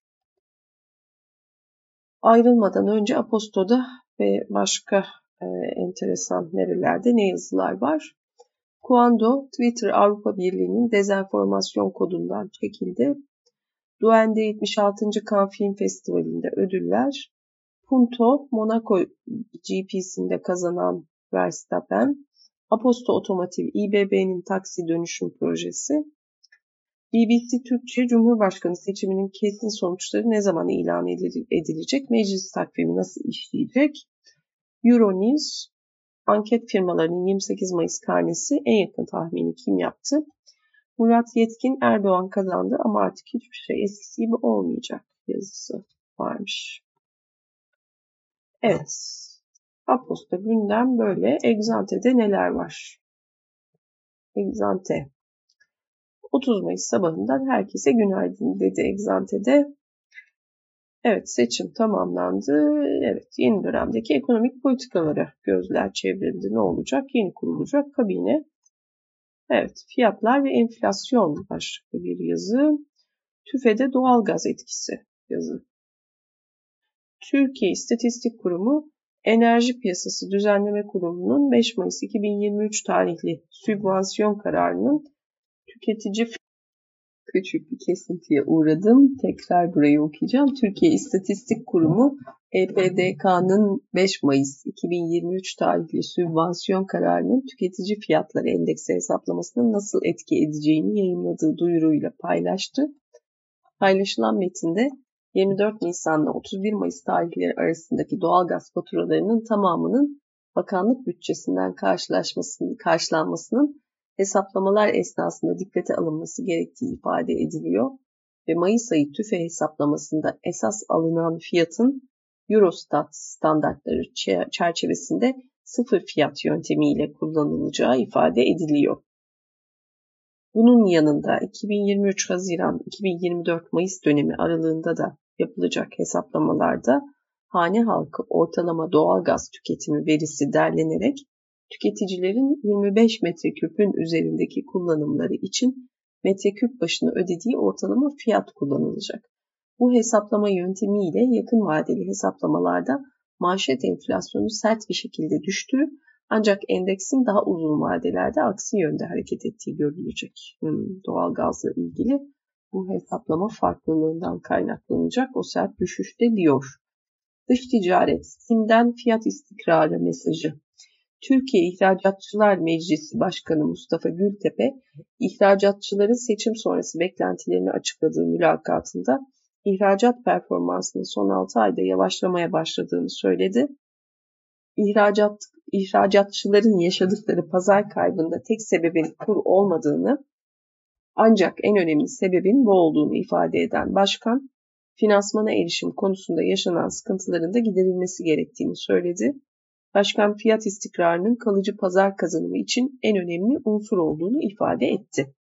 Ayrılmadan önce Aposto'da ve başka e, enteresan nerelerde ne yazılar var? Kuando, Twitter Avrupa Birliği'nin dezenformasyon kodundan çekildi. Duende yetmiş altıncı Cannes Film Festivali'nde ödüller. Punto, Monaco G P'sinde kazanan Verstappen. Aposto Otomotiv, İ B B'nin taksi dönüşüm projesi. B B C Türkçe, Cumhurbaşkanı seçiminin kesin sonuçları ne zaman ilan edilecek? Meclis takvimi nasıl işleyecek? Euronews, anket firmalarının yirmi sekiz Mayıs karnesi en yakın tahmini kim yaptı? Murat Yetkin, Erdoğan kazandı ama artık hiçbir şey eskisi gibi olmayacak yazısı varmış. Evet, Aposto gündem böyle. Egzante'de neler var? Egzante. otuz Mayıs sabahından herkese günaydın dedi Egzante'de. Evet, seçim tamamlandı. Evet, yeni dönemdeki ekonomik politikalara gözler çevrildi. Ne olacak? Yeni kurulacak kabine. Evet, fiyatlar ve enflasyon başlıklı bir yazı. TÜFE'de doğalgaz etkisi yazı. Türkiye İstatistik Kurumu, Enerji Piyasası Düzenleme Kurulu'nun beş Mayıs iki bin yirmi üç tarihli sübvansiyon kararının tüketici küçük bir kesintiye uğradım. Tekrar burayı okuyacağım. Türkiye İstatistik Kurumu E P D K'nın beş Mayıs iki bin yirmi üç tarihli sübvansiyon kararının tüketici fiyatları endeksi hesaplamasına nasıl etki edeceğini yayınladığı duyuruyla paylaştı. Paylaşılan metinde yirmi dört Nisan ile otuz bir Mayıs tarihleri arasındaki doğalgaz faturalarının tamamının bakanlık bütçesinden karşılanmasının hesaplamalar esnasında dikkate alınması gerektiği ifade ediliyor ve Mayıs ayı TÜFE hesaplamasında esas alınan fiyatın Eurostat standartları çerçevesinde sıfır fiyat yöntemiyle kullanılacağı ifade ediliyor. Bunun yanında iki bin yirmi üç Haziran iki bin yirmi dört Mayıs dönemi aralığında da yapılacak hesaplamalarda hane halkı ortalama doğalgaz tüketimi verisi derlenerek tüketicilerin yirmi beş metreküpün üzerindeki kullanımları için metreküp başına ödediği ortalama fiyat kullanılacak. Bu hesaplama yöntemiyle yakın vadeli hesaplamalarda manşet enflasyonu sert bir şekilde düştüğü ancak endeksin daha uzun vadelerde aksi yönde hareket ettiği görülecek. Hmm, doğalgazla ilgili bu hesaplama farklılığından kaynaklanacak o sert düşüşte diyor. Dış ticaret, Çin'den fiyat istikrarı mesajı. Türkiye İhracatçılar Meclisi Başkanı Mustafa Gültepe, ihracatçıların seçim sonrası beklentilerini açıkladığı mülakatında ihracat performansının son altı ayda yavaşlamaya başladığını söyledi. İhracat, ihracatçıların yaşadıkları pazar kaybında tek sebebin kur olmadığını, ancak en önemli sebebin bu olduğunu ifade eden başkan, finansmana erişim konusunda yaşanan sıkıntıların da giderilmesi gerektiğini söyledi. Başkan fiyat istikrarının kalıcı pazar kazanımı için en önemli unsur olduğunu ifade etti.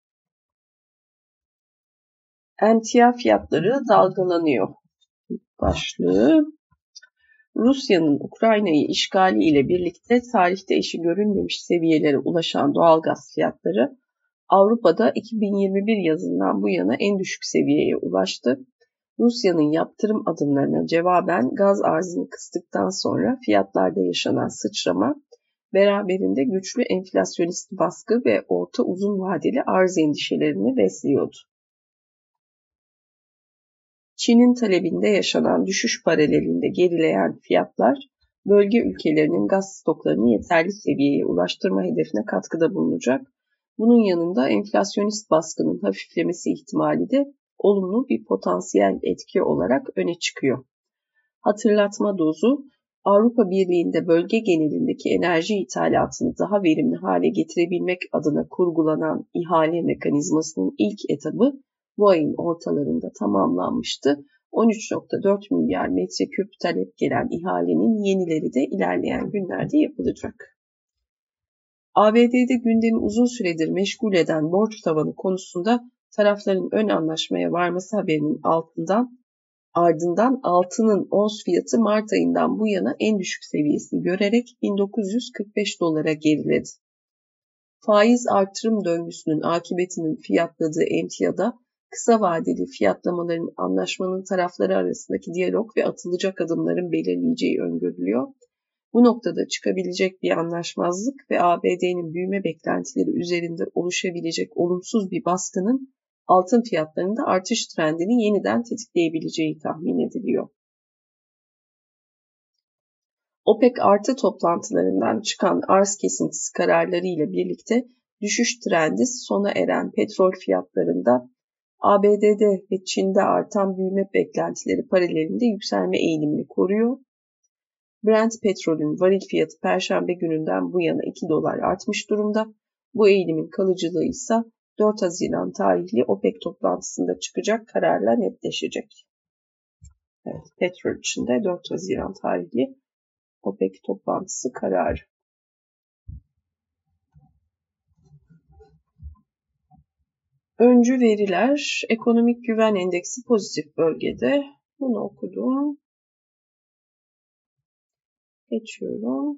Emtia fiyatları dalgalanıyor başlığı. Rusya'nın Ukrayna'yı işgali ile birlikte tarihte eşi görülmemiş seviyelere ulaşan doğalgaz fiyatları Avrupa'da iki bin yirmi bir yazından bu yana en düşük seviyeye ulaştı. Rusya'nın yaptırım adımlarına cevaben gaz arzını kıstıktan sonra fiyatlarda yaşanan sıçrama beraberinde güçlü enflasyonist baskı ve orta uzun vadeli arz endişelerini besliyordu. Çin'in talebinde yaşanan düşüş paralelinde gerileyen fiyatlar, bölge ülkelerinin gaz stoklarını yeterli seviyeye ulaştırma hedefine katkıda bulunacak. Bunun yanında enflasyonist baskının hafiflemesi ihtimali de olumlu bir potansiyel etki olarak öne çıkıyor. Hatırlatma dozu, Avrupa Birliği'nde bölge genelindeki enerji ithalatını daha verimli hale getirebilmek adına kurgulanan ihale mekanizmasının ilk etabı bu ayın ortalarında tamamlanmıştı. on üç virgül dört milyar metreküp talep gelen ihalenin yenileri de ilerleyen günlerde yapılacak. A B D'de gündemi uzun süredir meşgul eden borç tavanı konusunda tarafların ön anlaşmaya varması haberinin altından ardından altının ons fiyatı Mart ayından bu yana en düşük seviyesini görerek bin dokuz yüz kırk beş dolara geriledi. Faiz artırım döngüsünün akıbetinin fiyatladığı emtiada kısa vadeli fiyatlamaların anlaşmanın tarafları arasındaki diyalog ve atılacak adımların belirleyeceği öngörülüyor. Bu noktada çıkabilecek bir anlaşmazlık ve A B D'nin büyüme beklentileri üzerinde oluşabilecek olumsuz bir baskının altın fiyatlarında artış trendini yeniden tetikleyebileceği tahmin ediliyor. OPEC artı toplantılarından çıkan arz kesintisi kararları ile birlikte düşüş trendi sona eren petrol fiyatlarında A B D'de ve Çin'de artan büyüme beklentileri paralelinde yükselme eğilimini koruyor. Brent petrolün varil fiyatı Perşembe gününden bu yana iki dolar artmış durumda. Bu eğilimin kalıcılığı ise dört Haziran tarihli OPEC toplantısında çıkacak kararla netleşecek. Evet, petrol için de dört Haziran tarihli OPEC toplantısı kararı. Öncü veriler, ekonomik güven endeksi pozitif bölgede. Bunu okudum. Geçiyorum.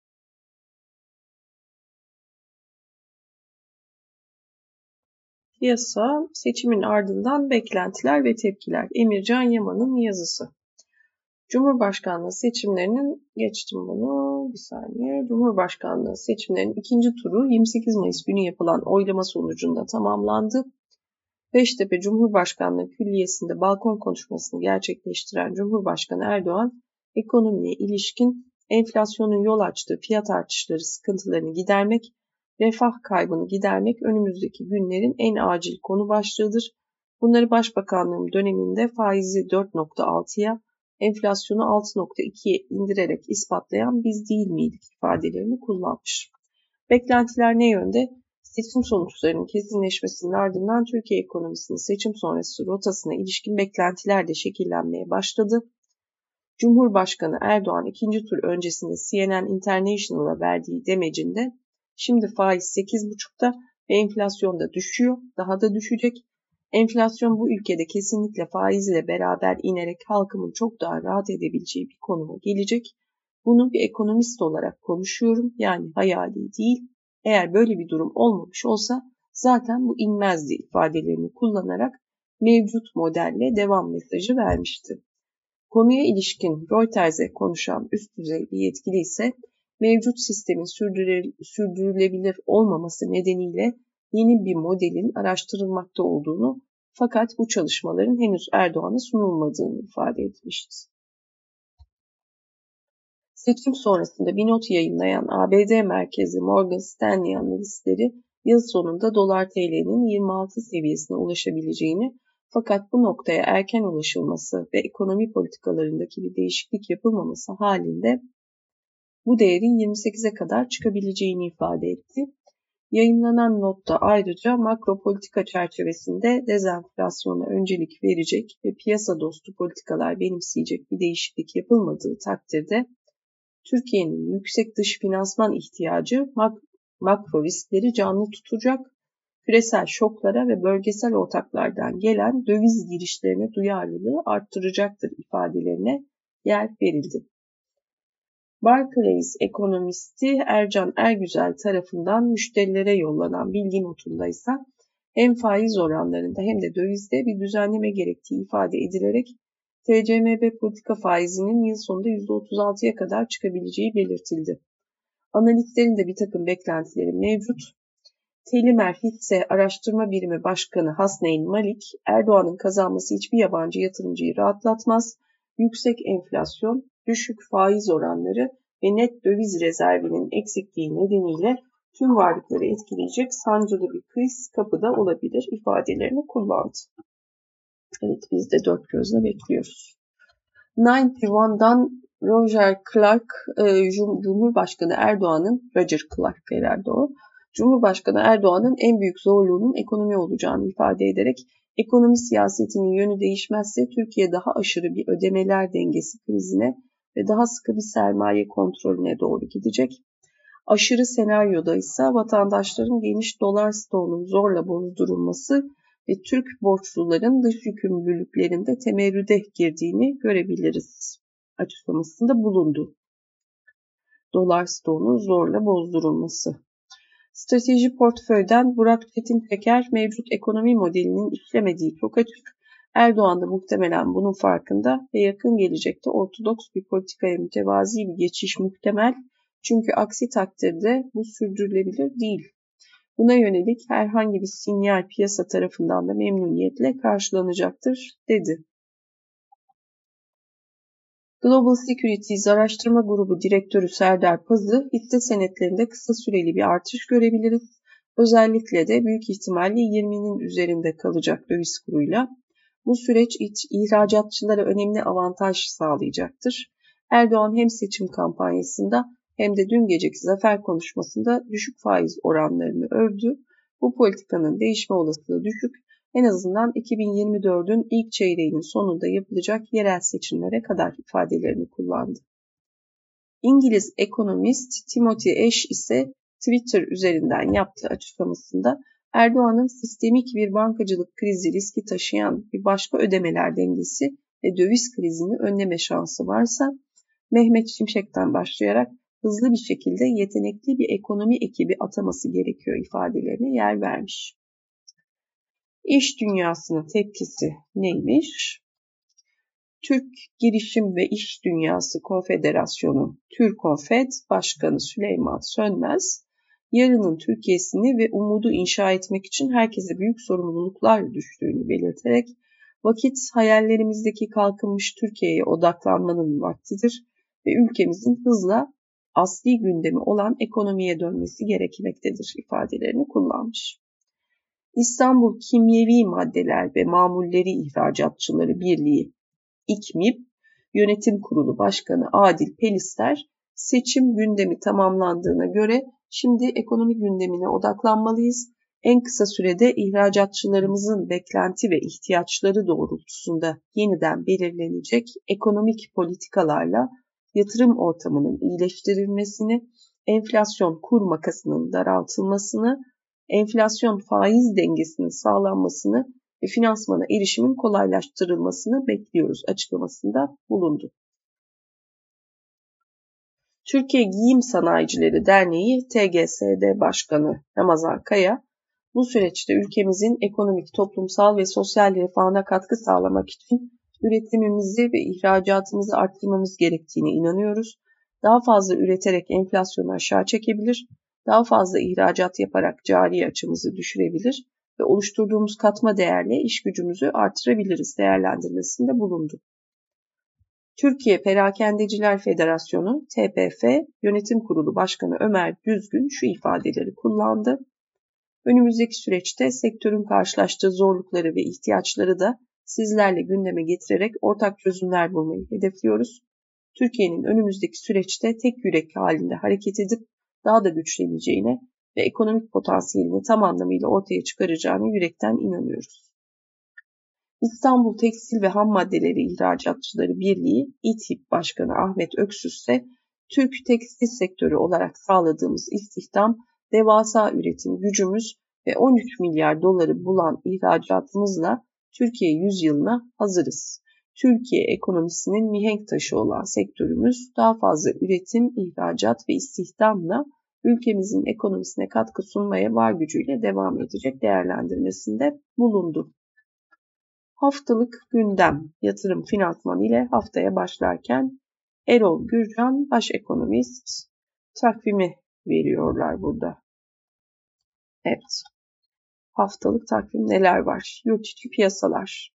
Piyasa, seçimin ardından beklentiler ve tepkiler. Emircan Yaman'ın yazısı. Cumhurbaşkanlığı seçimlerinin, geçtim bunu bir saniye, Cumhurbaşkanlığı seçimlerinin ikinci turu yirmi sekiz Mayıs günü yapılan oylama sonucunda tamamlandı. Beştepe Cumhurbaşkanlığı Külliyesi'nde balkon konuşmasını gerçekleştiren Cumhurbaşkanı Erdoğan, ekonomiye ilişkin enflasyonun yol açtığı fiyat artışları sıkıntılarını gidermek, refah kaybını gidermek önümüzdeki günlerin en acil konu başlığıdır. Bunları Başbakanlığım döneminde faizi dört virgül altıya, enflasyonu altı virgül ikiye indirerek ispatlayan biz değil miydik ifadelerini kullanmış. Beklentiler ne yönde? Seçim sonuçlarının kesinleşmesinin ardından Türkiye ekonomisinin seçim sonrası rotasına ilişkin beklentiler de şekillenmeye başladı. Cumhurbaşkanı Erdoğan ikinci tur öncesinde C N N International'a verdiği demecinde şimdi faiz sekiz buçukta ve enflasyon da düşüyor, daha da düşecek. Enflasyon bu ülkede kesinlikle faizle beraber inerek halkımın çok daha rahat edebileceği bir konuma gelecek. Bunu bir ekonomist olarak konuşuyorum, yani hayali değil. Eğer böyle bir durum olmamış olsa zaten bu inmezdi ifadelerini kullanarak mevcut modelle devam mesajı vermişti. Konuya ilişkin Reuters'e konuşan üst düzey bir yetkili ise mevcut sistemin sürdürülebilir olmaması nedeniyle yeni bir modelin araştırılmakta olduğunu fakat bu çalışmaların henüz Erdoğan'a sunulmadığını ifade etmişti. Seçim sonrasında bir not yayınlayan A B D merkezli Morgan Stanley analistleri yıl sonunda dolar T L'nin yirmi altı seviyesine ulaşabileceğini fakat bu noktaya erken ulaşılması ve ekonomi politikalarındaki bir değişiklik yapılmaması halinde bu değerin yirmi sekize kadar çıkabileceğini ifade etti. Yayınlanan notta ayrıca makro politika çerçevesinde dezenflasyona öncelik verecek ve piyasa dostu politikalar benimseyecek bir değişiklik yapılmadığı takdirde Türkiye'nin yüksek dış finansman ihtiyacı mak- makro riskleri canlı tutacak, küresel şoklara ve bölgesel ortaklardan gelen döviz girişlerine duyarlılığı arttıracaktır ifadelerine yer verildi. Barclays ekonomisti Ercan Ergüzel tarafından müşterilere yollanan bilgi notunda ise hem faiz oranlarında hem de dövizde bir düzenleme gerektiği ifade edilerek T C M B politika faizinin yıl sonunda yüzde otuz altıya kadar çıkabileceği belirtildi. Analistlerin de bir takım beklentileri mevcut. Telimer Hisse Araştırma Birimi Başkanı Hasneyn Malik, Erdoğan'ın kazanması hiçbir yabancı yatırımcıyı rahatlatmaz, yüksek enflasyon, düşük faiz oranları ve net döviz rezervinin eksikliği nedeniyle tüm varlıkları etkileyecek sancılı bir kriz kapıda olabilir ifadelerini kullandı. Evet, biz de dört gözle bekliyoruz. doksan birden Roger Clark, e, Cumhurbaşkanı Erdoğan'ın, Roger Clark herhalde o, Cumhurbaşkanı Erdoğan'ın en büyük zorluğunun ekonomi olacağını ifade ederek ekonomi siyasetinin yönü değişmezse Türkiye daha aşırı bir ödemeler dengesi krizine ve daha sıkı bir sermaye kontrolüne doğru gidecek. Aşırı senaryoda ise vatandaşların geniş dolar stoğunun zorla bozdurulması ve Türk borçluların dış yükümlülüklerinde temerrüde girdiğini görebiliriz açıklamasında bulundu. Dolar stoğunun zorla bozdurulması. Strateji portföyden Burak Çetin-Teker mevcut ekonomi modelinin işlemediği çok açık. Erdoğan da muhtemelen bunun farkında ve yakın gelecekte ortodoks bir politikaya mütevazi bir geçiş muhtemel. Çünkü aksi takdirde bu sürdürülebilir değil. Buna yönelik herhangi bir sinyal piyasa tarafından da memnuniyetle karşılanacaktır, dedi. Global Securities Araştırma Grubu Direktörü Serdar Pazı, hisse senetlerinde kısa süreli bir artış görebiliriz. Özellikle de büyük ihtimalle yirminin üzerinde kalacak döviz kuruyla. Bu süreç ihracatçılara önemli avantaj sağlayacaktır. Erdoğan hem seçim kampanyasında hem de dün geceki zafer konuşmasında düşük faiz oranlarını övdü. Bu politikanın değişme olasılığı düşük. En azından iki bin yirmi dördün ilk çeyreğinin sonunda yapılacak yerel seçimlere kadar ifadelerini kullandı. İngiliz ekonomist Timothy Ash ise Twitter üzerinden yaptığı açıklamasında Erdoğan'ın sistemik bir bankacılık krizi riski taşıyan bir başka ödemeler dengesi ve döviz krizini önleme şansı varsa Mehmet Şimşek'ten başlayarak hızlı bir şekilde yetenekli bir ekonomi ekibi ataması gerekiyor ifadelerine yer vermiş. İş dünyasının tepkisi neymiş? Türk Girişim ve İş Dünyası Konfederasyonu TÜRKONFED Başkanı Süleyman Sönmez, yarının Türkiye'sini ve umudu inşa etmek için herkese büyük sorumluluklar düştüğünü belirterek, vakit hayallerimizdeki kalkınmış Türkiye'ye odaklanmanın vaktidir ve ülkemizin hızla asli gündemi olan ekonomiye dönmesi gerekmektedir ifadelerini kullanmış. İstanbul Kimyevi Maddeler ve Mamulleri İhracatçıları Birliği İKMİB Yönetim Kurulu Başkanı Adil Pelister, seçim gündemi tamamlandığına göre şimdi ekonomi gündemine odaklanmalıyız. En kısa sürede ihracatçılarımızın beklenti ve ihtiyaçları doğrultusunda yeniden belirlenecek ekonomik politikalarla yatırım ortamının iyileştirilmesini, enflasyon kur makasının daraltılmasını, enflasyon faiz dengesinin sağlanmasını ve finansmana erişimin kolaylaştırılmasını bekliyoruz açıklamasında bulundu. Türkiye Giyim Sanayicileri Derneği T G S D Başkanı Ramazan Kaya, bu süreçte ülkemizin ekonomik, toplumsal ve sosyal refahına katkı sağlamak için üretimimizi ve ihracatımızı arttırmamız gerektiğine inanıyoruz. Daha fazla üreterek enflasyonu aşağı çekebilir, daha fazla ihracat yaparak cari açımızı düşürebilir ve oluşturduğumuz katma değerle iş gücümüzü artırabiliriz değerlendirmesinde bulundu. Türkiye Perakendeciler Federasyonu T P F Yönetim Kurulu Başkanı Ömer Düzgün şu ifadeleri kullandı. Önümüzdeki süreçte sektörün karşılaştığı zorlukları ve ihtiyaçları da sizlerle gündeme getirerek ortak çözümler bulmayı hedefliyoruz. Türkiye'nin önümüzdeki süreçte tek yürek halinde hareket edip daha da güçleneceğine ve ekonomik potansiyelini tam anlamıyla ortaya çıkaracağına yürekten inanıyoruz. İstanbul Tekstil ve Ham Maddeleri İhracatçıları Birliği İTİB Başkanı Ahmet Öksüz ise Türk tekstil sektörü olarak sağladığımız istihdam, devasa üretim gücümüz ve on üç milyar doları bulan ihracatımızla Türkiye yüzyılına hazırız. Türkiye ekonomisinin mihenk taşı olan sektörümüz daha fazla üretim, ihracat ve istihdamla ülkemizin ekonomisine katkı sunmaya var gücüyle devam edecek değerlendirmesinde bulundu. Haftalık gündem yatırım finansman ile haftaya başlarken Erol Gürcan baş ekonomist takvimi veriyorlar burada. Evet. Haftalık takvim neler var? Yurt içi piyasalar.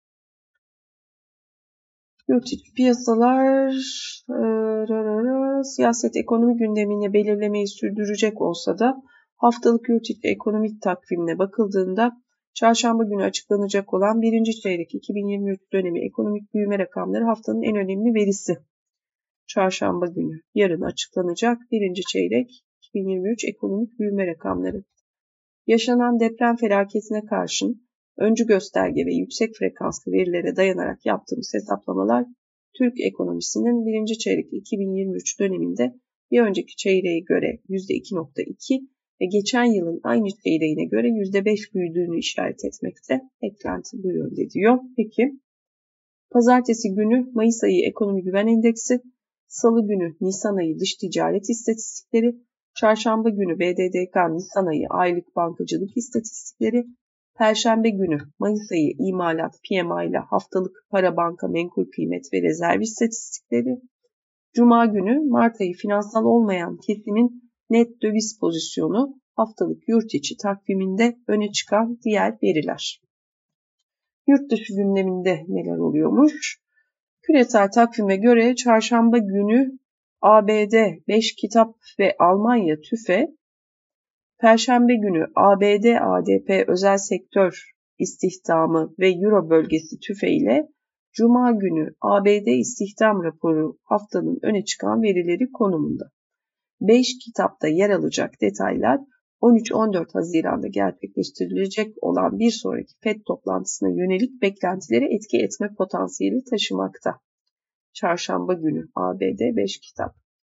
Yurt içi piyasalar e, siyaset ekonomi gündemini belirlemeyi sürdürecek olsa da haftalık yurt içi ekonomik takvimine bakıldığında çarşamba günü açıklanacak olan birinci çeyrek iki bin yirmi üç dönemi ekonomik büyüme rakamları haftanın en önemli verisi. Çarşamba günü. Yarın açıklanacak birinci çeyrek iki bin yirmi üç ekonomik büyüme rakamları. Yaşanan deprem felaketine karşın öncü gösterge ve yüksek frekanslı verilere dayanarak yaptığımız hesaplamalar Türk ekonomisinin birinci çeyrek iki bin yirmi üç döneminde bir önceki çeyreğe göre yüzde iki virgül iki ve geçen yılın aynı çeyreğine göre yüzde beş büyüdüğünü işaret etmekte. Beklenti bu yönde diyor. Peki, pazartesi günü Mayıs ayı ekonomi güven endeksi, salı günü Nisan ayı dış ticaret istatistikleri, çarşamba günü B D D K Nisan ayı aylık bankacılık istatistikleri, perşembe günü Mayıs ayı imalat P M I ile haftalık para banka menkul kıymet ve rezerv istatistikleri, cuma günü Mart ayı finansal olmayan kesimin net döviz pozisyonu, haftalık yurt içi takviminde öne çıkan diğer veriler. Yurt dışı gündeminde neler oluyormuş? Küresel takvime göre çarşamba günü A B D beş kitap ve Almanya TÜFE, perşembe günü A B D A D P özel sektör istihdamı ve Euro bölgesi TÜFE ile cuma günü A B D istihdam raporu haftanın öne çıkan verileri konumunda. beş kitapta yer alacak detaylar on üç on dört Haziran'da gerçekleştirilecek olan bir sonraki F E D toplantısına yönelik beklentileri etki etme potansiyeli taşımakta. Çarşamba günü A B D beş kitap.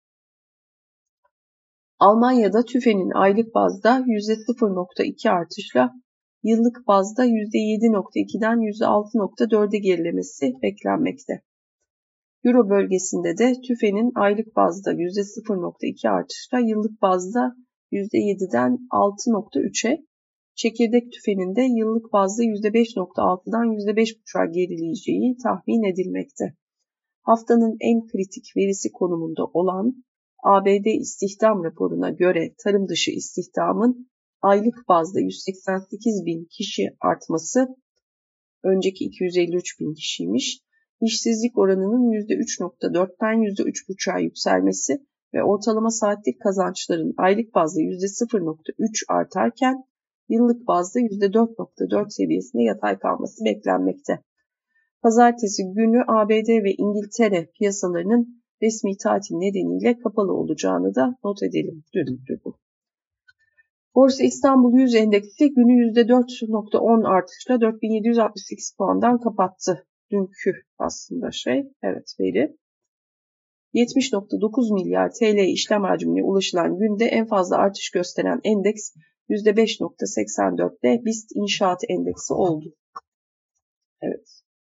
Almanya'da TÜFE'nin aylık bazda yüzde sıfır virgül iki artışla yıllık bazda yüzde yedi virgül iki'den yüzde altı virgül dört'e gerilemesi beklenmekte. Euro bölgesinde de TÜFE'nin aylık bazda yüzde sıfır virgül iki artışla yıllık bazda yüzde yedi'den altı virgül üç'e, çekirdek TÜFE'nin de yıllık bazda yüzde beş virgül altı'dan yüzde beş virgül beş'e gerileyeceği tahmin edilmekte. Haftanın en kritik verisi konumunda olan A B D istihdam raporuna göre tarım dışı istihdamın aylık bazda yüz seksen sekiz bin kişi artması, önceki iki yüz elli üç bin kişiymiş, işsizlik oranının yüzde üç virgül dört'ten yüzde üç virgül beş'e yükselmesi ve ortalama saatlik kazançların aylık bazda yüzde sıfır virgül üç artarken yıllık bazda yüzde dört virgül dört seviyesinde yatay kalması beklenmekte. Pazartesi günü A B D ve İngiltere piyasalarının resmi tatil nedeniyle kapalı olacağını da not edelim. Dündü bu. Borsa İstanbul yüz endeksi günü yüzde dört virgül on artışla dört bin yedi yüz altmış sekiz puandan kapattı. Dünkü aslında şey, evet veri. yetmiş virgül dokuz milyar T L işlem hacmine ulaşılan günde en fazla artış gösteren endeks yüzde beş virgül seksen dört'te BIST İnşaat Endeksi oldu. Evet.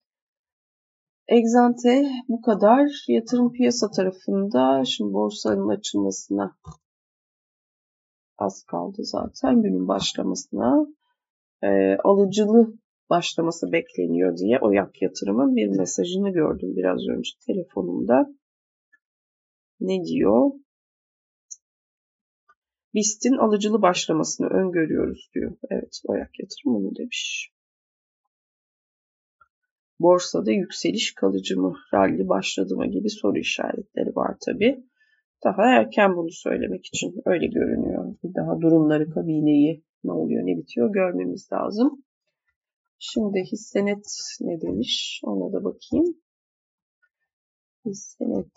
Egzante bu kadar. Yatırım piyasa tarafında şimdi borsanın açılmasına az kaldı zaten, günün başlamasına. E, alıcılı başlaması bekleniyor diye Oyak Yatırım'ın bir mesajını gördüm biraz önce telefonumda. Ne diyor? BIST'in alıcılı başlamasını öngörüyoruz diyor. Evet, Oyak Yatırım onu demiş. Borsada yükseliş kalıcı mı? Rally başladı mı gibi soru işaretleri var tabii. Daha erken bunu söylemek için öyle görünüyor. Bir daha durumları, kabineyi, ne oluyor ne bitiyor görmemiz lazım. Şimdi hissenet ne demiş? Ona da bakayım. Hissenet.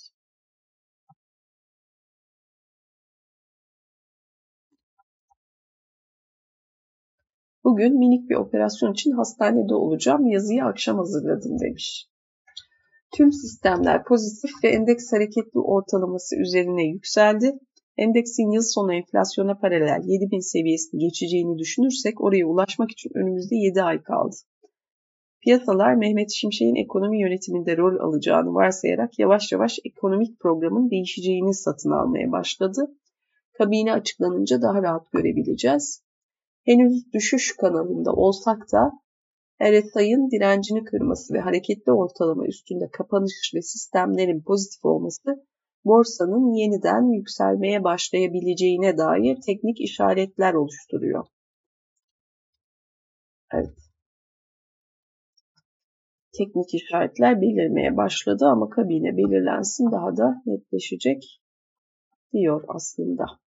Bugün minik bir operasyon için hastanede olacağım. Yazıyı akşam hazırladım demiş. Tüm sistemler pozitif ve endeks hareketli ortalaması üzerine yükseldi. Endeksin yıl sonu enflasyona paralel yedi bin seviyesini geçeceğini düşünürsek oraya ulaşmak için önümüzde yedi ay kaldı. Piyasalar Mehmet Şimşek'in ekonomi yönetiminde rol alacağını varsayarak yavaş yavaş ekonomik programın değişeceğini satın almaya başladı. Kabine açıklanınca daha rahat görebileceğiz. Henüz düşüş kanalında olsak da R S I'nin direncini kırması ve hareketli ortalama üstünde kapanış ve sistemlerin pozitif olması borsanın yeniden yükselmeye başlayabileceğine dair teknik işaretler oluşturuyor. Evet. Teknik işaretler belirmeye başladı ama kabine belirlensin daha da netleşecek diyor aslında.